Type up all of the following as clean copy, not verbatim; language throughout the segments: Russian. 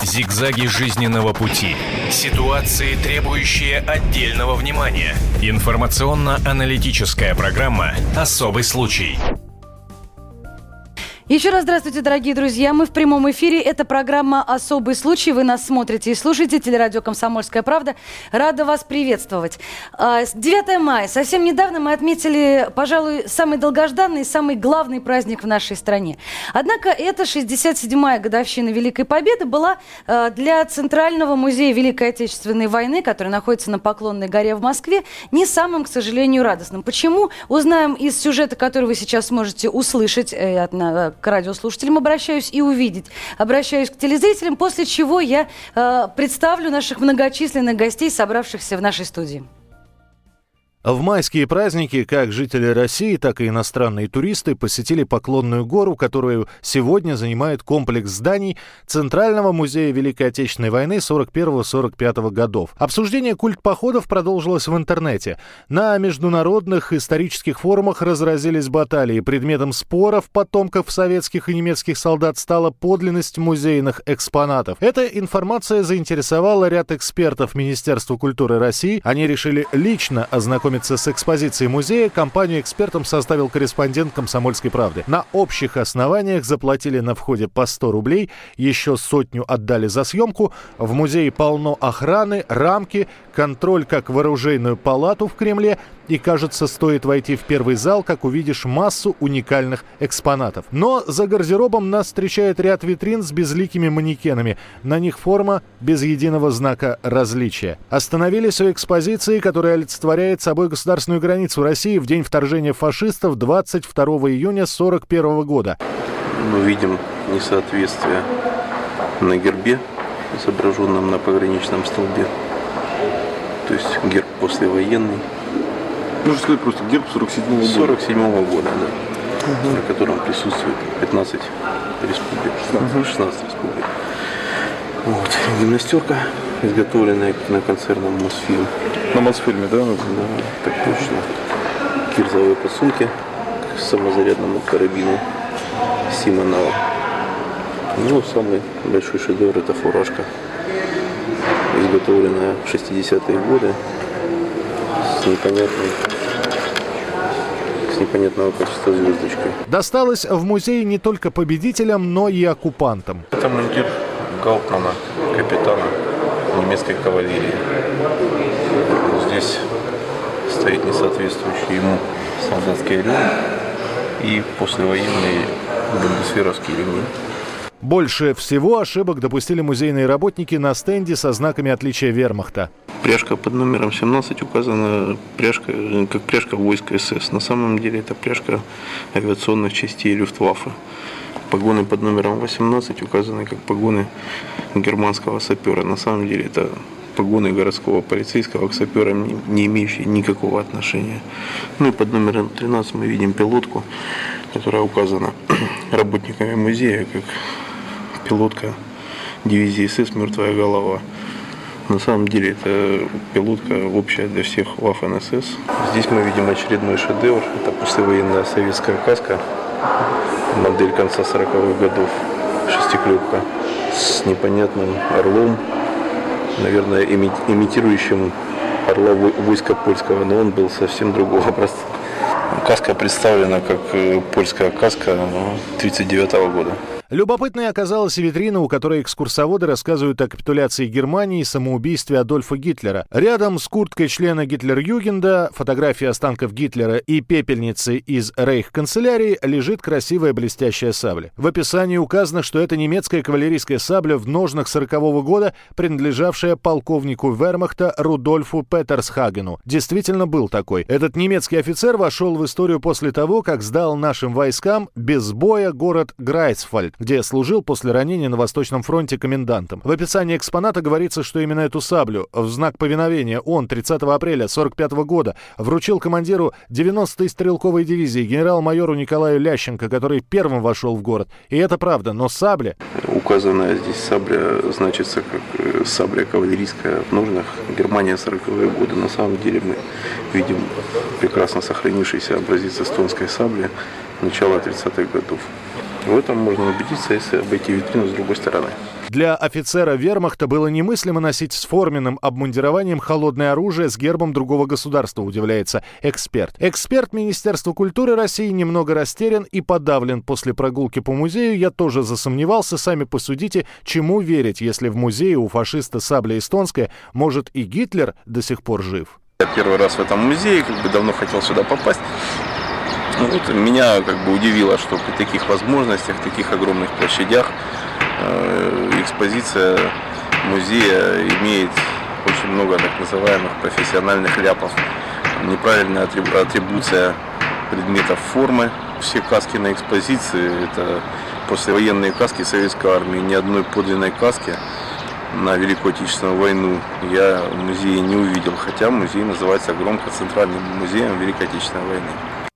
Зигзаги жизненного пути. Ситуации, требующие отдельного внимания. Информационно-аналитическая программа «Особый случай». Еще раз здравствуйте, дорогие друзья. Мы в прямом эфире. Это программа «Особый случай». Вы нас смотрите и слушаете. Телерадио «Комсомольская правда». Рада вас приветствовать. 9 мая. Совсем недавно мы отметили, пожалуй, самый долгожданный и самый главный праздник в нашей стране. Однако эта 67-я годовщина Великой Победы была для Центрального музея Великой Отечественной войны, который находится на Поклонной горе в Москве, не самым, к сожалению, радостным. Почему? Узнаем из сюжета, который вы сейчас сможете услышать к радиослушателям обращаюсь и увидеть. Обращаюсь к телезрителям, после чего я представлю наших многочисленных гостей, собравшихся в нашей студии. В майские праздники как жители России, так и иностранные туристы посетили Поклонную гору, которую сегодня занимает комплекс зданий Центрального музея Великой Отечественной войны 41-45 годов. Обсуждение культпоходов продолжилось в интернете. На международных исторических форумах разразились баталии. Предметом споров потомков советских и немецких солдат стала подлинность музейных экспонатов. Эта информация заинтересовала ряд экспертов Министерства культуры России. Они решили лично ознакомиться с экспозицией музея. Компанию экспертам составил корреспондент «Комсомольской правды». На общих основаниях заплатили на входе по 100 рублей, еще 100 отдали за съемку. В музее полно охраны, рамки, контроль как в оружейную палату в Кремле. И, кажется, стоит войти в первый зал, как увидишь массу уникальных экспонатов. Но за гардеробом нас встречает ряд витрин с безликими манекенами. На них форма без единого знака различия. Остановились у экспозиции, которая олицетворяет собой государственную границу России в день вторжения фашистов 22 июня 1941 года. Мы видим несоответствие на гербе, изображенном на пограничном столбе. То есть герб послевоенный. Можно сказать просто герб 47-го года. 47-го года, да. На котором присутствует 15 республик, 16 республик. Вот. Гимнастерка, изготовленная на концерном Мосфильм. На Мосфильме, да? Да, так точно. Кирзовые подсумки к самозарядному карабину Симонова. Ну, самый большой шедевр — это фуражка, изготовленная в 60-е годы с непонятного качества звездочкой. Досталось в музее не только победителям, но и оккупантам. Это мундир Гауптмана, капитана немецкой кавалерии. Здесь стоит несоответствующий ему солдатский ремень и послевоенные бундесверовские ремни. Больше всего ошибок допустили музейные работники на стенде со знаками отличия вермахта. Пряжка под номером 17 указана как пряжка войск СС. На самом деле это пряжка авиационных частей Люфтваффе. Погоны под номером 18 указаны как погоны германского сапера. На самом деле это погоны городского полицейского к саперам, не имеющие никакого отношения. Ну и под номером 13 мы видим пилотку, которая указана работниками музея как пилотка дивизии СС «Мертвая голова». На самом деле это пилотка общая для всех Waffen-СС. Здесь мы видим очередной шедевр. Это послевоенная советская каска, модель конца 40-х годов, шестиклепка с непонятным орлом, наверное, имитирующим орла войска польского, но он был совсем другого образца. Каска представлена как польская каска 1939 года. Любопытной оказалась и витрина, у которой экскурсоводы рассказывают о капитуляции Германии и самоубийстве Адольфа Гитлера. Рядом с курткой члена Гитлер-Югенда, фотографии останков Гитлера и пепельницы из рейх-канцелярии лежит красивая блестящая сабля. В описании указано, что это немецкая кавалерийская сабля в ножнах 40-го года, принадлежавшая полковнику вермахта Рудольфу Петерсхагену. Действительно был такой. Этот немецкий офицер вошел в историю после того, как сдал нашим войскам без боя город Грайцвальд, где служил после ранения на Восточном фронте комендантом. В описании экспоната говорится, что именно эту саблю в знак повиновения он 30 апреля 1945 года вручил командиру 90-й стрелковой дивизии генерал-майору Николаю Лященко, который первым вошел в город. И это правда, но сабля... Указанная здесь сабля значится как сабля кавалерийская в ножнах Германия 40-е годы. На самом деле мы видим прекрасно сохранившийся образец эстонской сабли начала 30-х годов. В этом можно убедиться, если обойти витрину с другой стороны. Для офицера вермахта было немыслимо носить с форменным обмундированием холодное оружие с гербом другого государства, удивляется эксперт. Эксперт Министерства культуры России немного растерян и подавлен. После прогулки по музею я тоже засомневался. Сами посудите, чему верить, если в музее у фашиста сабля эстонская, может, и Гитлер до сих пор жив? Я первый раз в этом музее, давно хотел сюда попасть. Вот, меня удивило, что при таких возможностях, таких огромных площадях экспозиция музея имеет очень много так называемых профессиональных ляпов. Неправильная атрибуция предметов формы. Все каски на экспозиции – это послевоенные каски советской армии. Ни одной подлинной каски на Великую Отечественную войну я в музее не увидел, хотя музей называется громко Центральным музеем Великой Отечественной войны.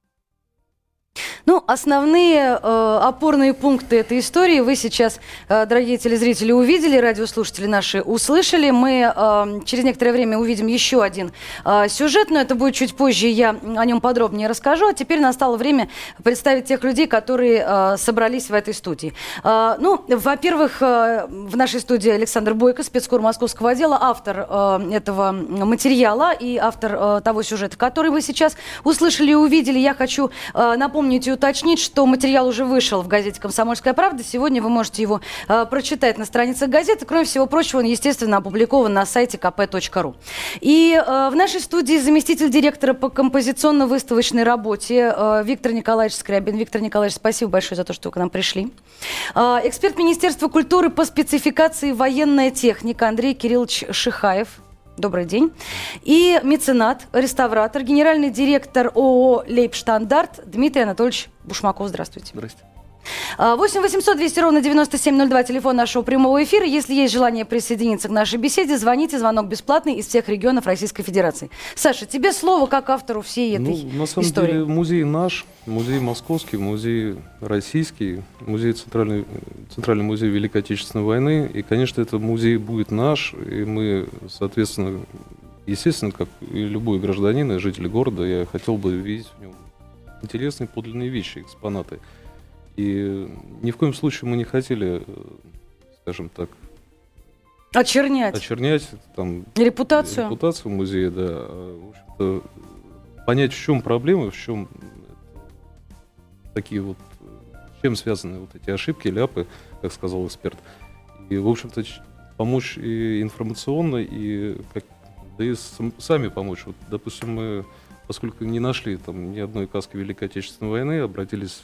Ну, основные опорные пункты этой истории вы сейчас, дорогие телезрители, увидели, радиослушатели наши услышали. Мы через некоторое время увидим еще один сюжет, но это будет чуть позже, я о нем подробнее расскажу. А теперь настало время представить тех людей, которые собрались в этой студии. Ну, во-первых, в нашей студии Александр Бойко, спецкор Московского отдела, автор этого материала и автор того сюжета, который вы сейчас услышали и увидели. Я хочу напомнить и уточнить, что материал уже вышел в газете «Комсомольская правда». Сегодня вы можете его прочитать на страницах газеты. Кроме всего прочего, он, естественно, опубликован на сайте kp.ru. И в нашей студии заместитель директора по композиционно-выставочной работе Виктор Николаевич Скрябин. Виктор Николаевич, спасибо большое за то, что вы к нам пришли. Эксперт Министерства культуры по спецификации военная техника Андрей Кириллович Шихаев. Добрый день. И меценат, реставратор, генеральный директор ООО «Лейбштандарт» Дмитрий Анатольевич Бушмаков. Здравствуйте. Здравствуйте. 8 800 200 ровно 9702, телефон нашего прямого эфира. Если есть желание присоединиться к нашей беседе, звоните, звонок бесплатный из всех регионов Российской Федерации. Саша, тебе слово как автору всей этой истории. На самом деле музей наш, музей московский, музей российский, центральный музей Великой Отечественной войны. И, конечно, этот музей будет наш, и мы, соответственно, естественно, как и любой гражданин и житель города, я хотел бы видеть в нем интересные подлинные вещи, экспонаты. И ни в коем случае мы не хотели, скажем так, очернять там репутацию музея, да. В общем-то, понять, в чем проблемы, в чем такие вот, с чем связаны вот эти ошибки, ляпы, как сказал эксперт. И, в общем-то, помочь и информационно, и сами помочь. Вот, допустим, мы, поскольку не нашли там ни одной каски Великой Отечественной войны, обратились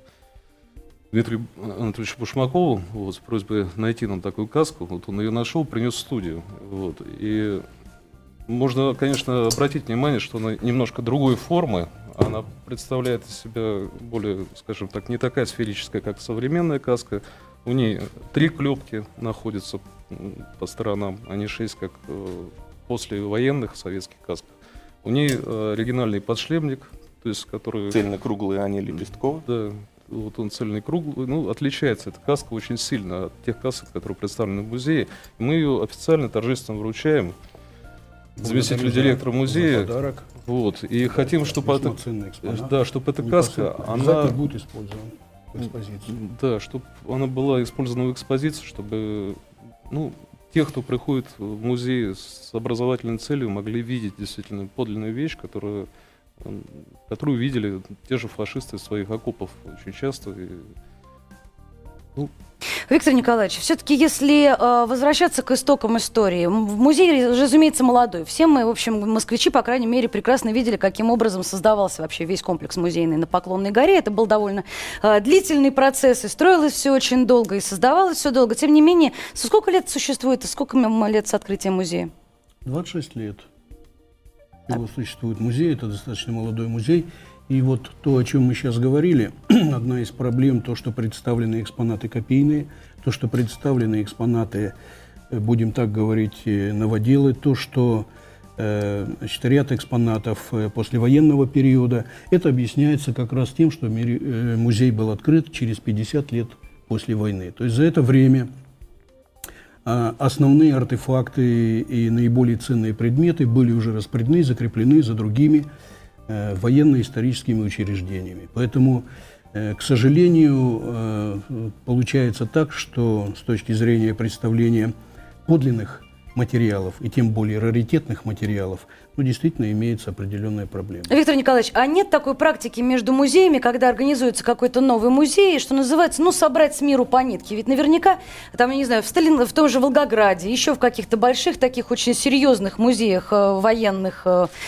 Дмитрию Анатольевичу Бушмакову с просьбой найти нам такую каску. Вот он ее нашел, принес в студию. Вот. И можно, конечно, обратить внимание, что она немножко другой формы. Она представляет из себя более, скажем так, не такая сферическая, как современная каска. У ней 3 клепки находятся по сторонам, а не 6, как после военных советских касках. У ней оригинальный подшлемник, то есть который... Цельно-круглый, а не лепестковый. Да. Вот он цельный, круглый. Ну, отличается эта каска очень сильно от тех касок, которые представлены в музее. И мы ее официально, торжественно вручаем заместителю директора музея. Вот. И хотим, чтобы чтобы эта каска, она будет использована в экспозиции. Да, чтобы она была использована в экспозиции, чтобы те, кто приходит в музей с образовательной целью, могли видеть действительно подлинную вещь, которую видели те же фашисты из своих окопов очень часто. Виктор Николаевич, все-таки если возвращаться к истокам истории, музей, разумеется, молодой. Все мы, в общем, москвичи, по крайней мере, прекрасно видели, каким образом создавался вообще весь комплекс музейный на Поклонной горе. Это был довольно длительный процесс, и строилось все очень долго, и создавалось все долго. Тем не менее, сколько лет существует, и сколько лет с открытия музея? 26 лет. Его существует музей, это достаточно молодой музей. И вот то, о чем мы сейчас говорили, одна из проблем, то, что представлены экспонаты копийные, то, что представлены экспонаты, будем так говорить, новоделы, то, что ряд экспонатов послевоенного периода, это объясняется как раз тем, что музей был открыт через 50 лет после войны. То есть за это время основные артефакты и наиболее ценные предметы были уже распределены, закреплены за другими военно-историческими учреждениями. Поэтому К сожалению, получается так, что с точки зрения представления подлинных материалов и тем более раритетных материалов, действительно имеется определенная проблема. Виктор Николаевич, а нет такой практики между музеями, когда организуется какой-то новый музей, что называется, собрать с миру по нитке? Ведь наверняка, там, я не знаю, в том же Волгограде, еще в каких-то больших таких очень серьезных музеях военных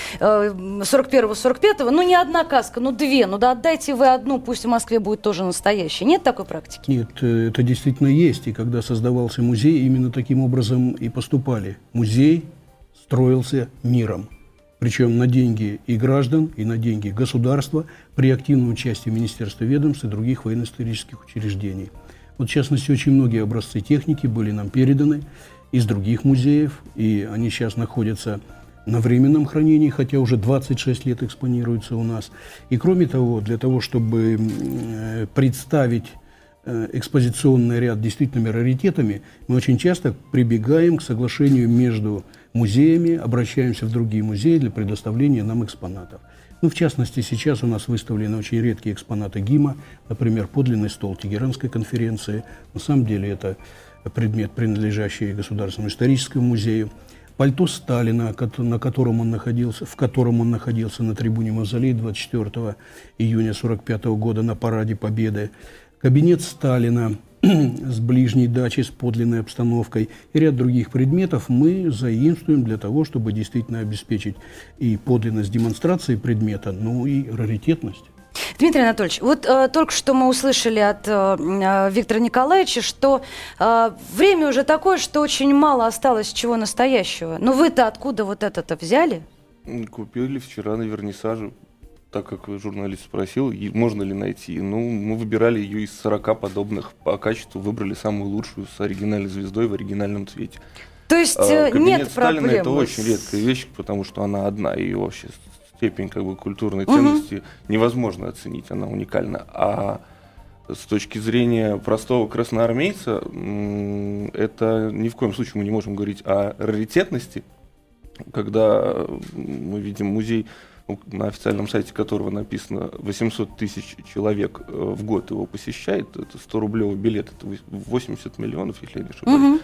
41-45, не одна каска, две, да отдайте вы одну, пусть в Москве будет тоже настоящая. Нет такой практики? Нет, это действительно есть. И когда создавался музей, именно таким образом и поступали. Музей строился миром. Причем на деньги и граждан, и на деньги государства, при активном участии Министерства ведомств и других военно-исторических учреждений. В частности, очень многие образцы техники были нам переданы из других музеев, и они сейчас находятся на временном хранении, хотя уже 26 лет экспонируются у нас. И кроме того, для того, чтобы представить экспозиционный ряд действительно раритетами, мы очень часто прибегаем к соглашению между музеями, обращаемся в другие музеи для предоставления нам экспонатов. В частности, сейчас у нас выставлены очень редкие экспонаты ГИМа, например, подлинный стол Тегеранской конференции. На самом деле это предмет, принадлежащий Государственному историческому музею. Пальто Сталина, в котором он находился на трибуне Мавзолея 24 июня 1945 года на Параде Победы. Кабинет Сталина с ближней дачей, с подлинной обстановкой и ряд других предметов мы заимствуем для того, чтобы действительно обеспечить и подлинность демонстрации предмета, и раритетность. Дмитрий Анатольевич, только что мы услышали от Виктора Николаевича, что время уже такое, что очень мало осталось чего настоящего. Но вы-то откуда это-то взяли? Купили вчера на вернисаже. Так как журналист спросил, можно ли найти. Мы выбирали ее из 40 подобных по качеству, выбрали самую лучшую с оригинальной звездой в оригинальном цвете. То есть нет проблем? Сталина это очень редкая вещь, потому что она одна, и вообще степень культурной ценности невозможно оценить, она уникальна. А с точки зрения простого красноармейца, это ни в коем случае мы не можем говорить о раритетности, когда мы видим музей, на официальном сайте которого написано 800 тысяч человек в год его посещает, это 100-рублевый билет, это 80 миллионов, если я не ошибаюсь.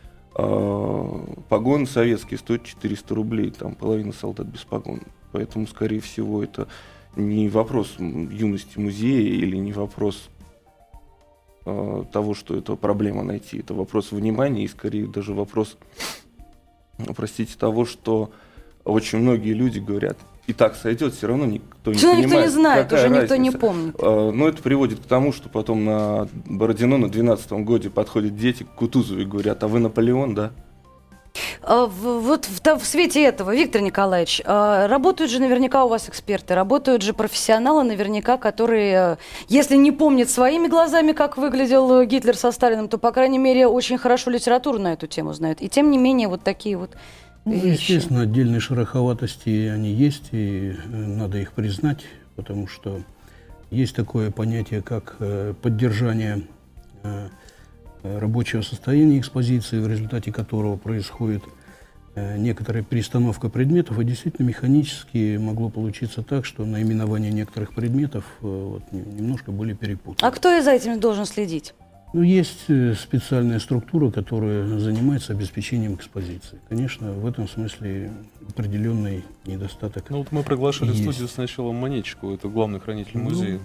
Погоны советские стоят 400 рублей, там половина солдат без погон. Поэтому, скорее всего, это не вопрос юности музея или не вопрос того, что это проблема найти. Это вопрос внимания и, скорее, даже вопрос, того, что очень многие люди говорят, и так сойдет, все равно никто не понимает. Никто не знает, уже разница. Никто не помнит. Но это приводит к тому, что потом на Бородино на 12-м годе подходят дети к Кутузову и говорят, а вы Наполеон, да? В свете этого, Виктор Николаевич, работают же наверняка у вас эксперты, работают же профессионалы наверняка, которые, если не помнят своими глазами, как выглядел Гитлер со Сталиным, то, по крайней мере, очень хорошо литературу на эту тему знают. И тем не менее, такие естественно, отдельные шероховатости они есть, и надо их признать, потому что есть такое понятие, как поддержание рабочего состояния экспозиции, в результате которого происходит некоторая перестановка предметов, и действительно механически могло получиться так, что наименования некоторых предметов немножко были перепутаны. А кто за этим должен следить? Есть специальная структура, которая занимается обеспечением экспозиции. Конечно, в этом смысле определенный недостаток. Мы приглашали в студию сначала Монетчику, это главный хранитель музея.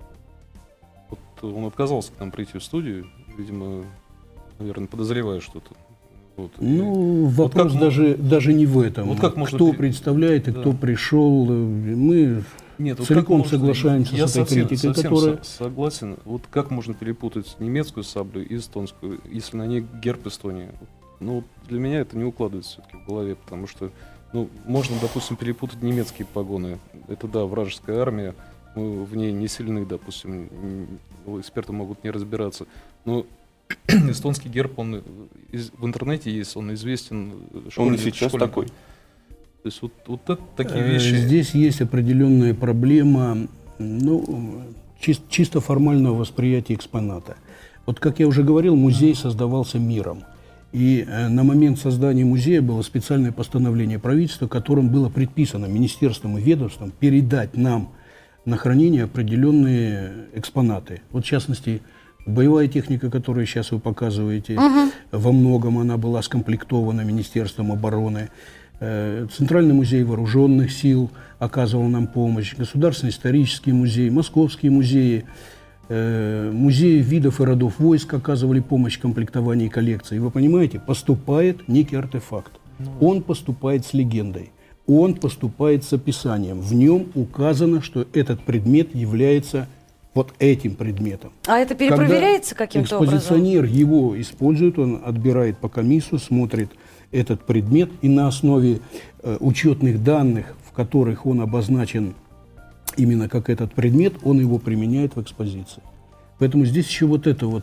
Он отказался к нам прийти в студию, видимо, наверное, подозревая что-то. Вопрос даже не в этом. Кто представляет и кто пришел, мы целиком соглашаемся с этой критикой, которая... Согласен. Как можно перепутать немецкую саблю и эстонскую, если на ней герб Эстонии? Для меня это не укладывается все-таки в голове, потому что можно, допустим, перепутать немецкие погоны. Это, да, вражеская армия, мы в ней не сильны, допустим, эксперты могут не разбираться. Но эстонский герб, он в интернете есть, он известен. Он и сейчас такой. То есть такие вещи. Здесь есть определенная проблема, чисто формального восприятия экспоната. Как я уже говорил, музей создавался миром. И на момент создания музея было специальное постановление правительства, которым было предписано министерством и ведомством передать нам на хранение определенные экспонаты. Вот, в частности, боевая техника, которую сейчас вы показываете, во многом она была скомплектована Министерством обороны. Центральный музей вооруженных сил оказывал нам помощь, Государственный исторический музей, Московские музеи, музеи видов и родов войск оказывали помощь в комплектовании коллекции. И вы понимаете, поступает некий артефакт. Он поступает с легендой, он поступает с описанием. В нем указано, что этот предмет является вот этим предметом. А это перепроверяется каким-то образом? Экспозиционер его использует, он отбирает по комиссу, смотрит этот предмет, и на основе учетных данных, в которых он обозначен именно как этот предмет, он его применяет в экспозиции. Поэтому здесь еще вот это вот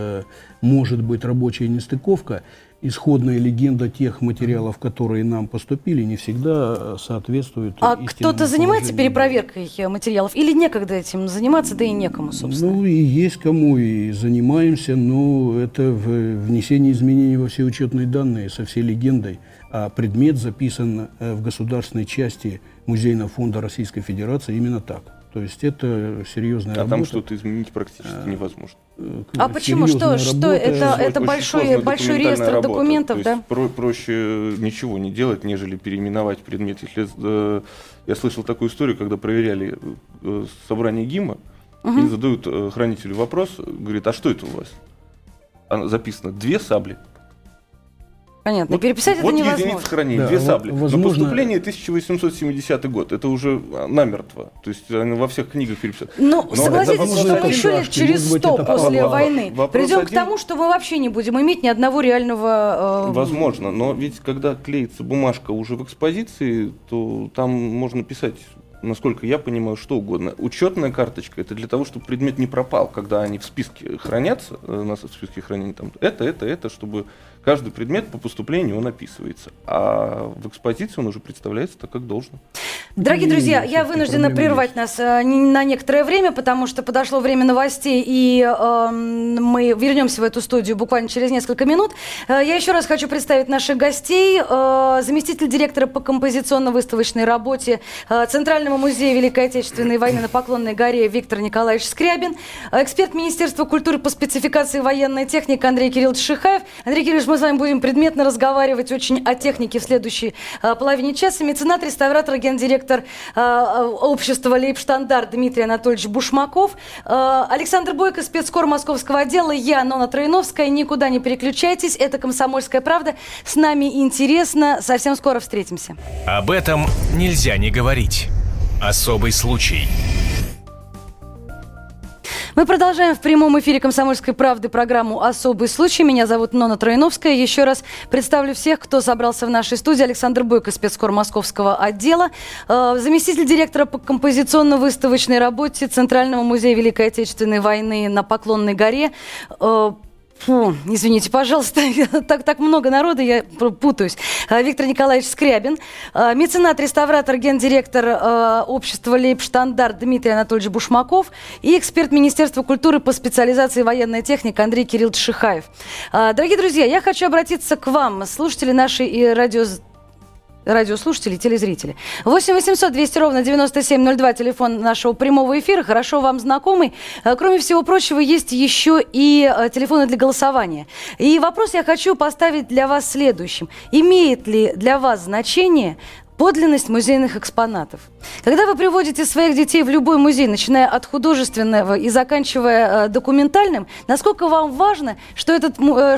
может быть рабочая нестыковка. Исходная легенда тех материалов, которые нам поступили, не всегда соответствует истинному положению. А кто-то занимается перепроверкой материалов? Или некогда этим заниматься, да и некому, собственно? Ну, и есть кому, и занимаемся, но это внесение изменений во все учетные данные со всей легендой. А предмет записан в государственной части Музейного фонда Российской Федерации именно так. То есть это серьезная работа. А там что-то изменить практически невозможно. А почему? Что это большой реестр документов, да? Проще ничего не делать, нежели переименовать предмет. Если я слышал такую историю, когда проверяли собрание ГИМа, и задают хранителю вопрос, говорит, а что это у вас? Записано 2 сабли. Понятно, переписать это невозможно. Вот единица хранения, 2 сабли. Но поступление 1870 год, это уже намертво. То есть во всех книгах переписать. Ну, согласитесь, что мы еще лет через 100 после войны придем к тому, что мы вообще не будем иметь ни одного реального... Возможно, но ведь когда клеится бумажка уже в экспозиции, то там можно писать, насколько я понимаю, что угодно. Учетная карточка — это для того, чтобы предмет не пропал, когда они в списке хранятся, у нас в списке хранения там это, чтобы каждый предмет по поступлению он описывается. А в экспозиции он уже представляется так, как должно. Дорогие друзья, я вынуждена прервать нас на некоторое время, потому что подошло время новостей, и мы вернемся в эту студию буквально через несколько минут. Я еще раз хочу представить наших гостей. Заместитель директора по композиционно-выставочной работе Центрального музея Великой Отечественной войны на Поклонной горе Виктор Николаевич Скрябин, эксперт Министерства культуры по спецификации военной техники Андрей Кириллович Шихаев. Андрей Кириллович, мы с вами будем предметно разговаривать очень о технике в следующей половине часа. Меценат, реставратор, гендиректор общества «Лейбштандарт» Дмитрий Анатольевич Бушмаков. Александр Бойко, спецкор московского отдела. Я, Нона Троиновская. Никуда не переключайтесь. Это «Комсомольская правда». С нами интересно. Совсем скоро встретимся. Об этом нельзя не говорить. Особый случай. Мы продолжаем в прямом эфире «Комсомольской правды» программу «Особый случай». Меня зовут Нона Троиновская. Еще раз представлю всех, кто собрался в нашей студии. Александр Бойко, спецкор московского отдела, заместитель директора по композиционно-выставочной работе Центрального музея Великой Отечественной войны на Поклонной горе. Извините, пожалуйста, так много народа, я путаюсь. Виктор Николаевич Скрябин, меценат, реставратор, гендиректор общества «Лейбштандарт» Дмитрий Анатольевич Бушмаков и эксперт Министерства культуры по специализации военная техника Андрей Кириллович Шихаев. Дорогие друзья, я хочу обратиться к вам, слушатели нашей и радиослушатели, телезрители. 8 800 200 ровно 9702, телефон нашего прямого эфира, хорошо вам знакомый. Кроме всего прочего, есть еще и телефоны для голосования. И вопрос я хочу поставить для вас следующим. Имеет ли для вас значение подлинность музейных экспонатов? Когда вы приводите своих детей в любой музей, начиная от художественного и заканчивая документальным, насколько вам важно, что этот,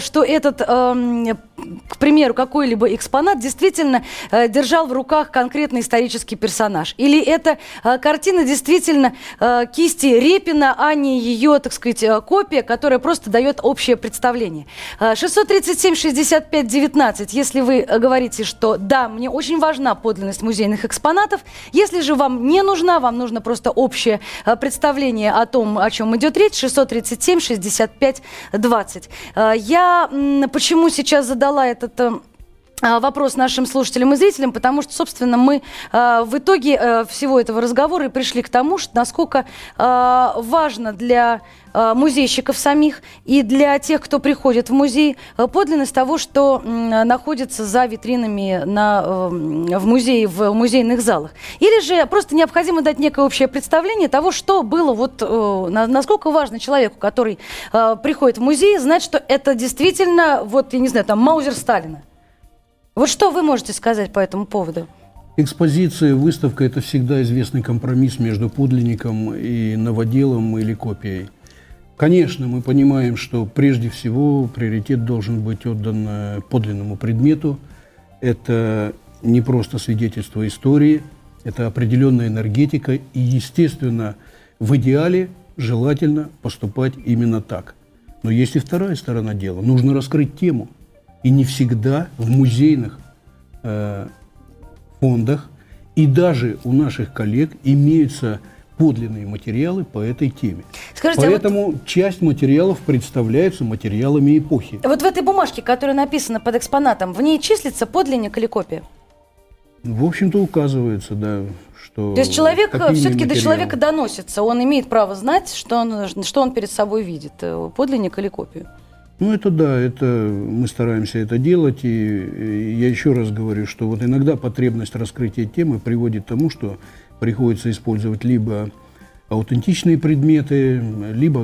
к примеру, какой-либо экспонат действительно держал в руках конкретный исторический персонаж? Или эта картина действительно кисти Репина, а не ее, так сказать, копия, которая просто дает общее представление? 637-65-19, если вы говорите, что да, мне очень важна подлинность музейных экспонатов. Если же вам не нужна, вам нужно просто общее представление о том, о чем идет речь, 637-65-20. Я почему сейчас задала этот вопрос нашим слушателям и зрителям, потому что, собственно, мы в итоге всего этого разговора и пришли к тому, что насколько важно для музейщиков самих и для тех, кто приходит в музей, подлинность того, что находится за витринами в музее, в музейных залах. Или же просто необходимо дать некое общее представление того, что было, насколько важно человеку, который приходит в музей, знать, что это действительно, я не знаю, там, Маузер Сталина. Вот что вы можете сказать по этому поводу? Экспозиция, выставка – это всегда известный компромисс между подлинником и новоделом или копией. Конечно, мы понимаем, что прежде всего приоритет должен быть отдан подлинному предмету. Это не просто свидетельство истории, это определенная энергетика. И, естественно, в идеале желательно поступать именно так. Но есть и вторая сторона дела. Нужно раскрыть тему. И не всегда в музейных фондах и даже у наших коллег имеются подлинные материалы по этой теме. Скажите, поэтому часть материалов представляется материалами эпохи. Вот в этой бумажке, которая написана под экспонатом, в ней числится подлинник или копия? В общем-то, указывается, да, что... То есть человек все-таки до человека доносится, он имеет право знать, что он перед собой видит, подлинник или копию. Это да, мы стараемся это делать, и я еще раз говорю, что иногда потребность раскрытия темы приводит к тому, что приходится использовать либо аутентичные предметы, либо,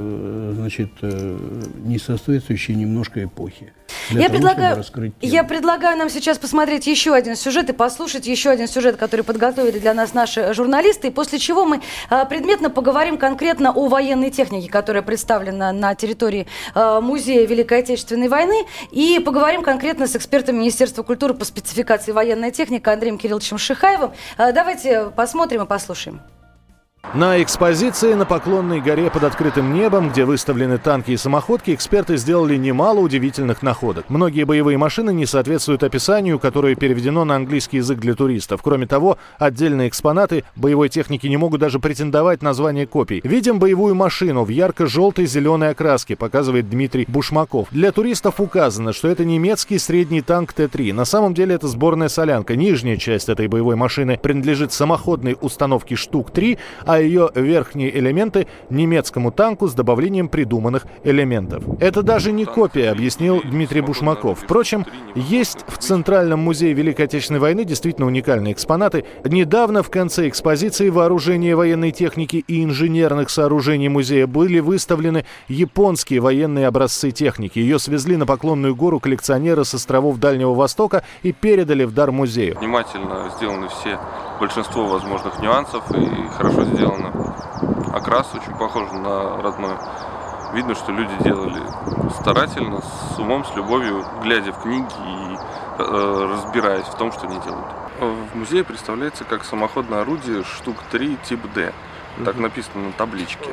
не соответствующие немножко эпохе. Я предлагаю нам сейчас посмотреть еще один сюжет и послушать еще один сюжет, который подготовили для нас наши журналисты, после чего мы предметно поговорим конкретно о военной технике, которая представлена на территории Музея Великой Отечественной войны, и поговорим конкретно с экспертом Министерства культуры по спецификации военной техники Андреем Кирилловичем Шихаевым. Давайте посмотрим и послушаем. На экспозиции на Поклонной горе под открытым небом, где выставлены танки и самоходки, эксперты сделали немало удивительных находок. Многие боевые машины не соответствуют описанию, которое переведено на английский язык для туристов. Кроме того, отдельные экспонаты боевой техники не могут даже претендовать на звание копий. Видим боевую машину в ярко-желтой зеленой окраске, показывает Дмитрий Бушмаков. Для туристов указано, что это немецкий средний танк Т-3. На самом деле это сборная солянка. Нижняя часть этой боевой машины принадлежит самоходной установке «Штук-3», а ее верхние элементы немецкому танку с добавлением придуманных элементов. Это даже не копия, объяснил Дмитрий Бушмаков. Впрочем, есть в Центральном музее Великой Отечественной войны действительно уникальные экспонаты. Недавно в конце экспозиции вооружения военной техники и инженерных сооружений музея были выставлены японские военные образцы техники. Ее свезли на Поклонную гору коллекционеры с островов Дальнего Востока и передали в дар музею. Внимательно сделаны большинство возможных нюансов и хорошо сделано. Окрас очень похож на родной. Видно, что люди делали старательно, с умом, с любовью, глядя в книги и разбираясь в том, что они делают. В музее представляется как самоходное орудие «Штук-3» тип «Д». Так написано на табличке.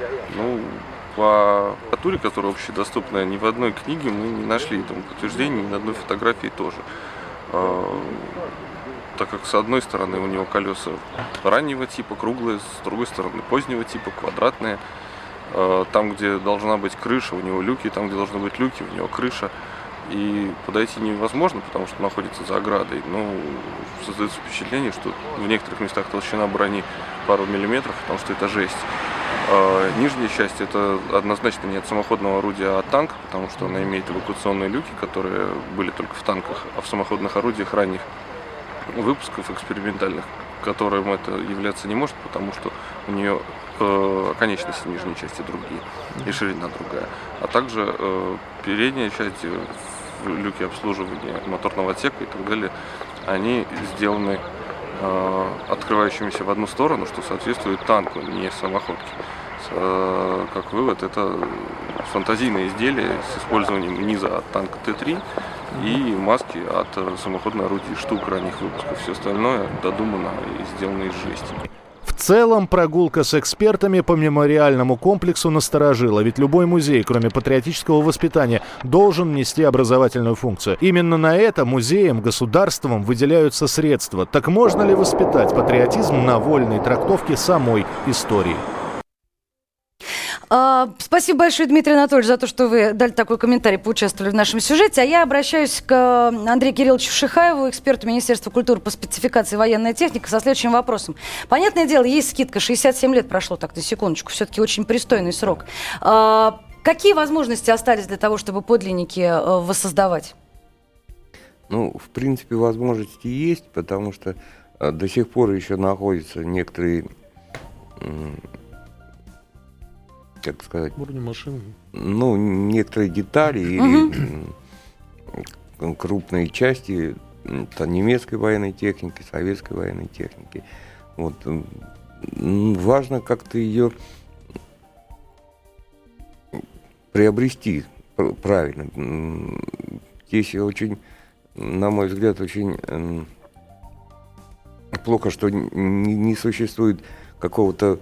По литературе, которая общедоступная, ни в одной книге мы не нашли этому подтверждения, ни на одной фотографии тоже. Так как с одной стороны у него колеса раннего типа, круглые, с другой стороны позднего типа, квадратные. Там, где должна быть крыша, у него люки, там, где должны быть люки, у него крыша. И подойти невозможно, потому что находится за оградой. Создается впечатление, что в некоторых местах толщина брони пару миллиметров, потому что это жесть. Нижняя часть это однозначно не от самоходного орудия, а от танка, потому что она имеет эвакуационные люки, которые были только в танках, а в самоходных орудиях ранних выпусков экспериментальных, которым это являться не может, потому что у нее конечности нижней части другие и ширина другая. А также передняя часть, люки обслуживания моторного отсека и так далее, они сделаны открывающимися в одну сторону, что соответствует танку, не самоходке. Как вывод, это фантазийное изделие с использованием низа от танка Т-3 и маски от самоходного орудия «Штук» ранних выпусков. Все остальное додумано и сделано из жести. В целом, прогулка с экспертами по мемориальному комплексу насторожила, ведь любой музей, кроме патриотического воспитания, должен нести образовательную функцию. Именно на это музеям, государством выделяются средства. Так можно ли воспитать патриотизм на вольной трактовке самой истории? Спасибо большое, Дмитрий Анатольевич, за то, что вы дали такой комментарий, поучаствовали в нашем сюжете. А я обращаюсь к Андрею Кирилловичу Шихаеву, эксперту Министерства культуры по спецификации военная техника, со следующим вопросом. Понятное дело, есть скидка, 67 лет прошло, так, на секундочку, все-таки очень пристойный срок. Какие возможности остались для того, чтобы подлинники воссоздавать? Ну, в принципе, возможности есть, потому что до сих пор еще находятся некоторые, как сказать, ну, некоторые детали или крупные части немецкой военной техники, советской военной техники. Вот. Важно как-то ее приобрести правильно. Здесь очень, на мой взгляд, очень плохо, что не существует какого-то...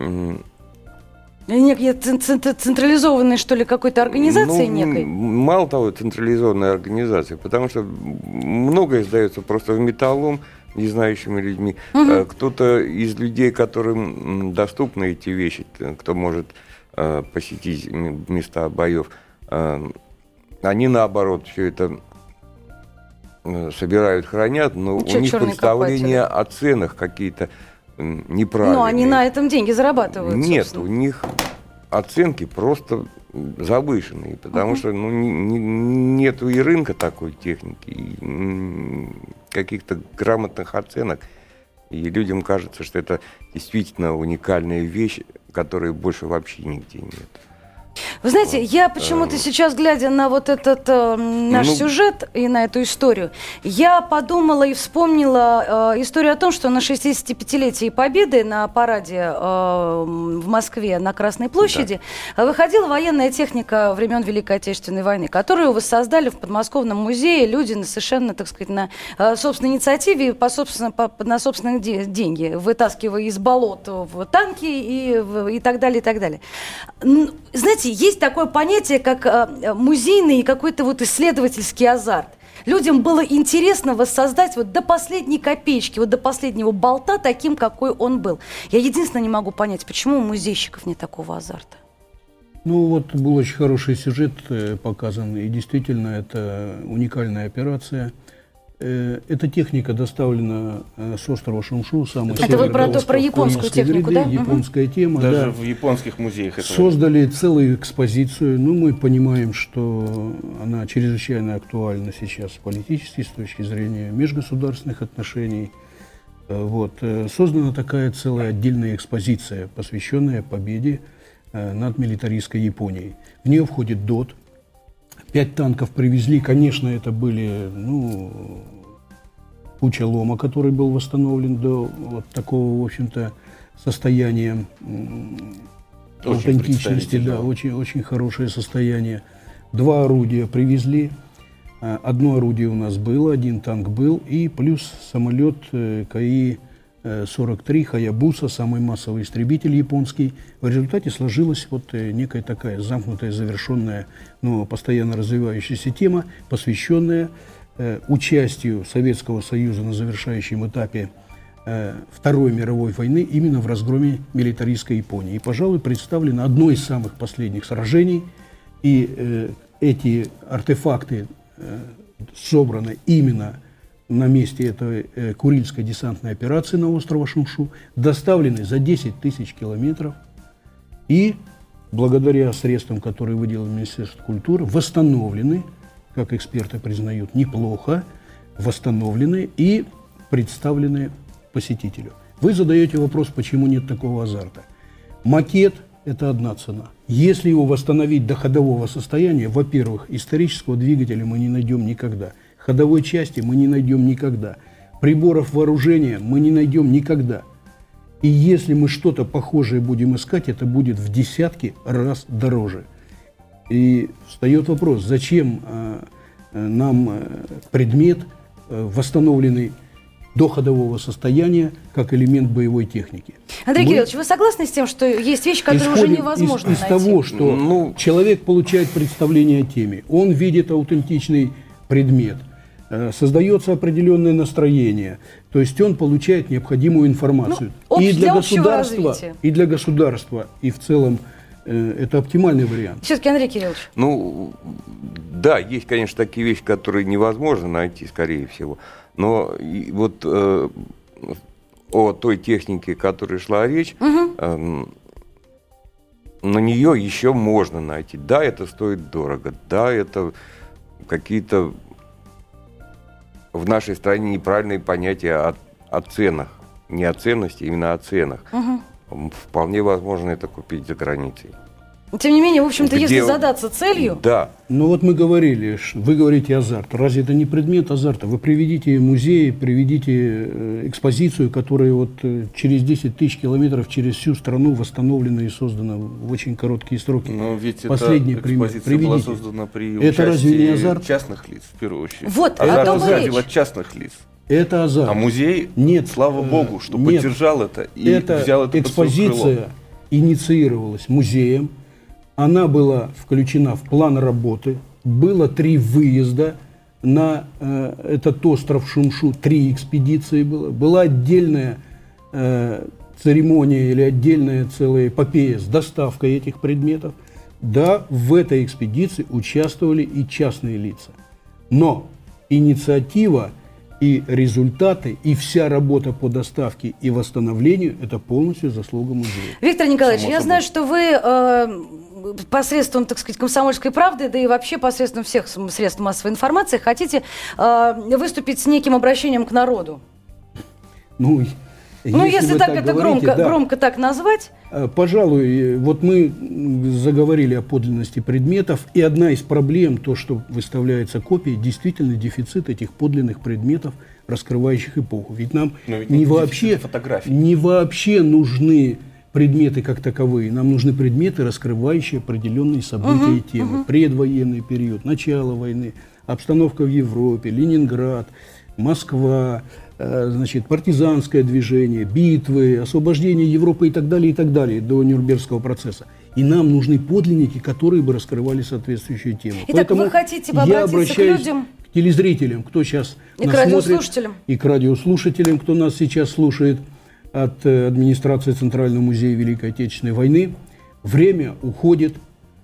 Некой централизованной, что ли, какой-то организации некой? Мало того, централизованной организации, потому что многое сдается просто в металлолом не знающими людьми. Кто-то из людей, которым доступны эти вещи, кто может посетить места боев, они, наоборот, все это собирают, хранят, но у них представления о ценах какие-то неправильные. Но они на этом деньги зарабатывают. Нет, собственно. у них оценки просто завышенные, потому что нету и рынка такой техники, и каких-то грамотных оценок. И людям кажется, что это действительно уникальная вещь, которой больше вообще нигде нет. Вы знаете, я почему-то сейчас, глядя на вот этот наш сюжет и на эту историю, я подумала и вспомнила историю о том, что на 65-летии Победы на параде в Москве на Красной площади выходила военная техника времен Великой Отечественной войны, которую воссоздали в Подмосковном музее люди совершенно, так сказать, на собственной инициативе, на собственные деньги, вытаскивая из болот в танки и так далее, и так далее. Знаете, есть такое понятие, как музейный и какой-то вот исследовательский азарт. Людям было интересно воссоздать вот до последней копеечки, вот до последнего болта таким, какой он был. Я единственное не могу понять, почему у музейщиков нет такого азарта. Ну вот был очень хороший сюжет показан, и действительно это уникальная операция. Эта техника доставлена с острова Шумшу. Это вы про японскую технику, да? Японская тема. Даже в японских музеях. Создали целую экспозицию. Ну, мы понимаем, что она чрезвычайно актуальна сейчас политически, с точки зрения межгосударственных отношений. Вот. Создана такая целая отдельная экспозиция, посвященная победе над милитаристской Японией. В нее входит ДОТ. 5 танков привезли. Конечно, это были, куча лома, который был восстановлен до вот такого, в общем-то, состояния аутентичности. Да, очень хорошее состояние. 2 орудия привезли. 1 орудие у нас было, 1 танк был. И плюс самолет КАИ-43 Хаябуса, самый массовый истребитель японский. В результате сложилась вот некая такая замкнутая, завершенная, но постоянно развивающаяся тема, посвященная участию Советского Союза на завершающем этапе Второй мировой войны именно в разгроме милитаристской Японии. И, пожалуй, представлено одно из самых последних сражений. И эти артефакты собраны именно на месте этой Курильской десантной операции на острове Шумшу, доставлены за 10 тысяч километров и, благодаря средствам, которые выделило Министерство культуры, восстановлены, как эксперты признают, неплохо, восстановлены и представлены посетителю. Вы задаете вопрос, почему нет такого азарта. Макет – это одна цена. Если его восстановить до ходового состояния, во-первых, исторического двигателя мы не найдем никогда. Ходовой части мы не найдем никогда. Приборов вооружения мы не найдем никогда. И если мы что-то похожее будем искать, это будет в десятки раз дороже. И встает вопрос, зачем нам предмет, восстановленный до ходового состояния, как элемент боевой техники. Андрей Кириллович, вы согласны с тем, что есть вещи, которые уже невозможно из найти? Из того, что человек получает представление о теме, он видит аутентичный предмет, создается определенное настроение, то есть он получает необходимую информацию. И для государства, и в целом это оптимальный вариант. Все-таки, Андрей Кириллович. Ну, да, есть, конечно, такие вещи, которые невозможно найти, скорее всего. Но вот о той технике, о которой шла речь, на нее еще можно найти. Да, это стоит дорого. Да, это какие-то в нашей стране неправильные понятия о ценах. Не о ценности, именно о ценах. Вполне возможно это купить за границей. Тем не менее, в общем-то, если задаться целью... Да. Ну вот мы говорили, вы говорите азарт. Разве это не предмет азарта? Вы приведите музей, приведите экспозицию, которая вот через 10 тысяч километров через всю страну восстановлена и создана в очень короткие сроки. Но ведь последний эта пример. экспозиция была создана при это разве не азарт? участии частных лиц, в первую очередь. Вот, азарт о том и зависит речь. от частных лиц. Это азарт. А музей, нет, слава богу, что поддержал это и взял это под свое крыло. Экспозиция инициировалась музеем. Она была включена в план работы. Было 3 выезда на этот остров Шумшу. 3 экспедиции было. Была отдельная церемония или отдельная целая эпопея с доставкой этих предметов. Да, в этой экспедиции участвовали и частные лица. Но инициатива и результаты, и вся работа по доставке и восстановлению – это полностью заслуга музея. Виктор Николаевич, я знаю, что вы посредством, так сказать, «Комсомольской правды», да и вообще посредством всех средств массовой информации хотите выступить с неким обращением к народу. Ну, если так это говорите, громко так назвать. Пожалуй, вот мы заговорили о подлинности предметов, и одна из проблем, то, что выставляется копия, действительно дефицит этих подлинных предметов, раскрывающих эпоху. Ведь нам не вообще нужны предметы как таковые, нам нужны предметы, раскрывающие определенные события и темы. Предвоенный период, начало войны, обстановка в Европе, Ленинград, Москва, значит, партизанское движение, битвы, освобождение Европы и так далее, до Нюрнбергского процесса. И нам нужны подлинники, которые бы раскрывали соответствующую тему. Итак, поэтому вы хотите обратиться к людям? К телезрителям, кто сейчас и нас к радиослушателям. Смотрит, и к радиослушателям, кто нас сейчас слушает от администрации Центрального музея Великой Отечественной войны. Время уходит.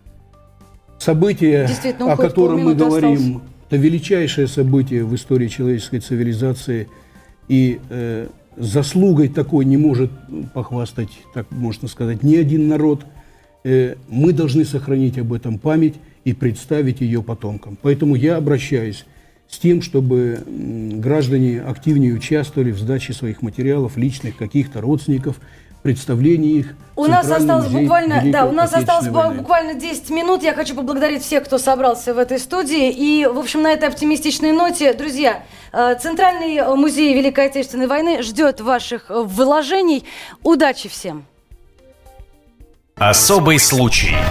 События, о котором мы говорим, это величайшее событие в истории человеческой цивилизации. И заслугой такой не может похвастать, так можно сказать, ни один народ. Мы должны сохранить об этом память и представить ее потомкам. Поэтому я обращаюсь с тем, чтобы граждане активнее участвовали в сдаче своих материалов, личных, каких-то родственников, представлении их. У нас осталось буквально 10 минут. Я хочу поблагодарить всех, кто собрался в этой студии. И, в общем, на этой оптимистичной ноте, друзья, Центральный музей Великой Отечественной войны ждет ваших вложений. Удачи всем! Особый случай.